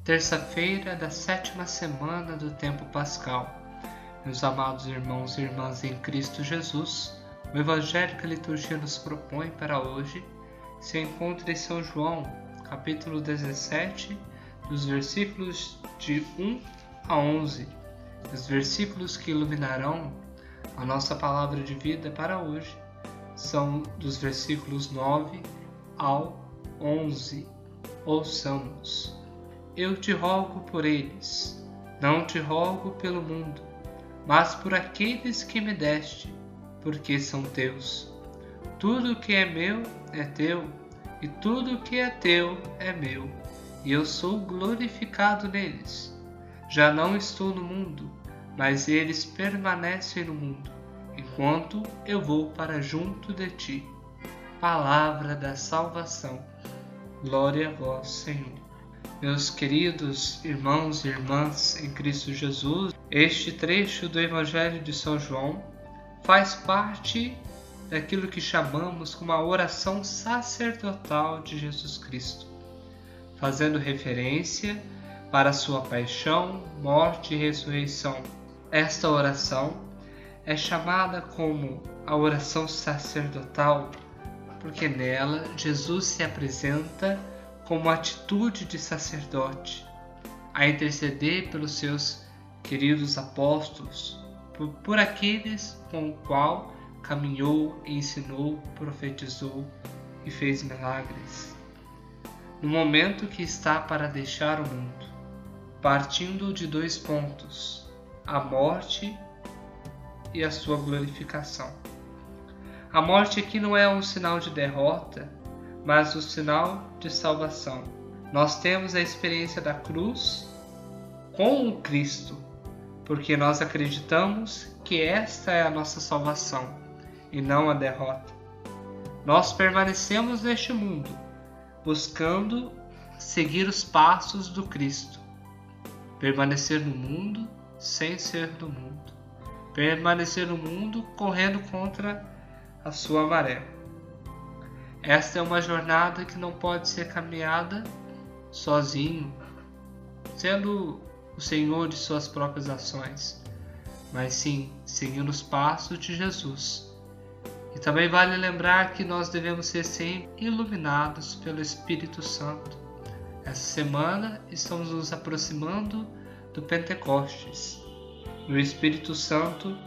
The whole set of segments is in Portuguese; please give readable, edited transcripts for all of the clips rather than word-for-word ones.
terça-feira da 7ª semana do tempo pascal. Meus amados irmãos e irmãs em Cristo Jesus, o Evangelho que a liturgia nos propõe para hoje se encontra em São João, capítulo 17, dos versículos de 1 a 11, os versículos que iluminarão a nossa palavra de vida para hoje são dos versículos 9 ao 11. Ouçamos. Eu te rogo por eles, não te rogo pelo mundo, mas por aqueles que me deste, porque são teus. Tudo o que é meu é teu, e tudo o que é teu é meu, e eu sou glorificado neles. Já não estou no mundo, mas eles permanecem no mundo, enquanto eu vou para junto de ti. Palavra da salvação. Glória a vós, Senhor. Meus queridos irmãos e irmãs em Cristo Jesus, este trecho do Evangelho de São João faz parte daquilo que chamamos como a oração sacerdotal de Jesus Cristo, fazendo referência para a sua paixão, morte e ressurreição. Esta oração é chamada como a oração sacerdotal porque nela Jesus se apresenta como atitude de sacerdote, a interceder pelos seus queridos apóstolos, por aqueles com o qual caminhou, ensinou, profetizou e fez milagres. No momento que está para deixar o mundo, partindo de 2 pontos, a morte e a sua glorificação. A morte aqui não é um sinal de derrota, mas um sinal de salvação. Nós temos a experiência da cruz com o Cristo, porque nós acreditamos que esta é a nossa salvação e não a derrota. Nós permanecemos neste mundo, buscando seguir os passos do Cristo. Permanecer no mundo sem ser do mundo. Permanecer no mundo correndo contra a sua maré. Esta é uma jornada que não pode ser caminhada sozinho, sendo o Senhor de suas próprias ações, mas sim seguindo os passos de Jesus. E também vale lembrar que nós devemos ser sempre iluminados pelo Espírito Santo. Essa semana estamos nos aproximando do Pentecostes. E o Espírito Santo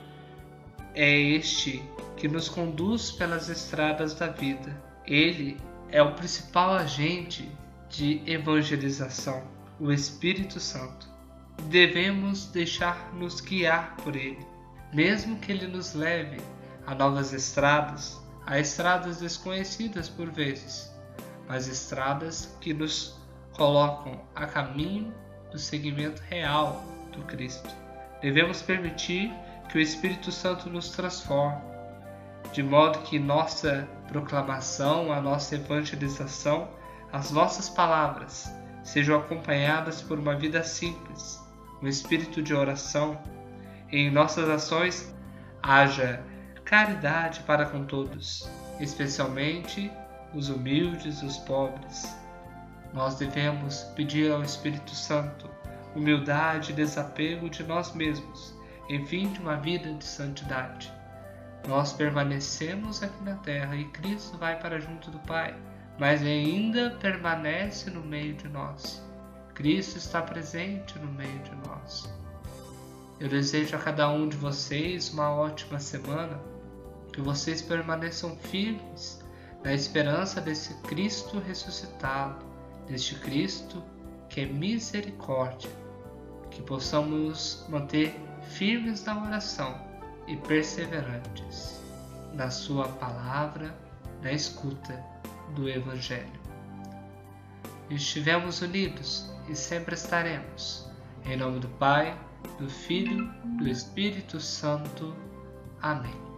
é este que nos conduz pelas estradas da vida. Ele é o principal agente de evangelização, o Espírito Santo. Devemos deixar-nos guiar por ele, mesmo que ele nos leve a novas estradas, a estradas desconhecidas por vezes, mas estradas que nos colocam a caminho do seguimento real do Cristo. Devemos permitir que o Espírito Santo nos transforme, de modo que nossa proclamação, a nossa evangelização, as nossas palavras sejam acompanhadas por uma vida simples, um espírito de oração, e em nossas ações haja caridade para com todos, especialmente os humildes, os pobres. Nós devemos pedir ao Espírito Santo humildade e desapego de nós mesmos, em fim de uma vida de santidade. Nós permanecemos aqui na terra e Cristo vai para junto do Pai, mas ainda permanece no meio de nós. Cristo está presente no meio de nós. Eu desejo a cada um de vocês uma ótima semana, que vocês permaneçam firmes na esperança desse Cristo ressuscitado, deste Cristo que é misericórdia, que possamos manter firmes na oração e perseverantes na sua palavra, na escuta do Evangelho. Estivemos unidos e sempre estaremos. Em nome do Pai, do Filho, do Espírito Santo. Amém.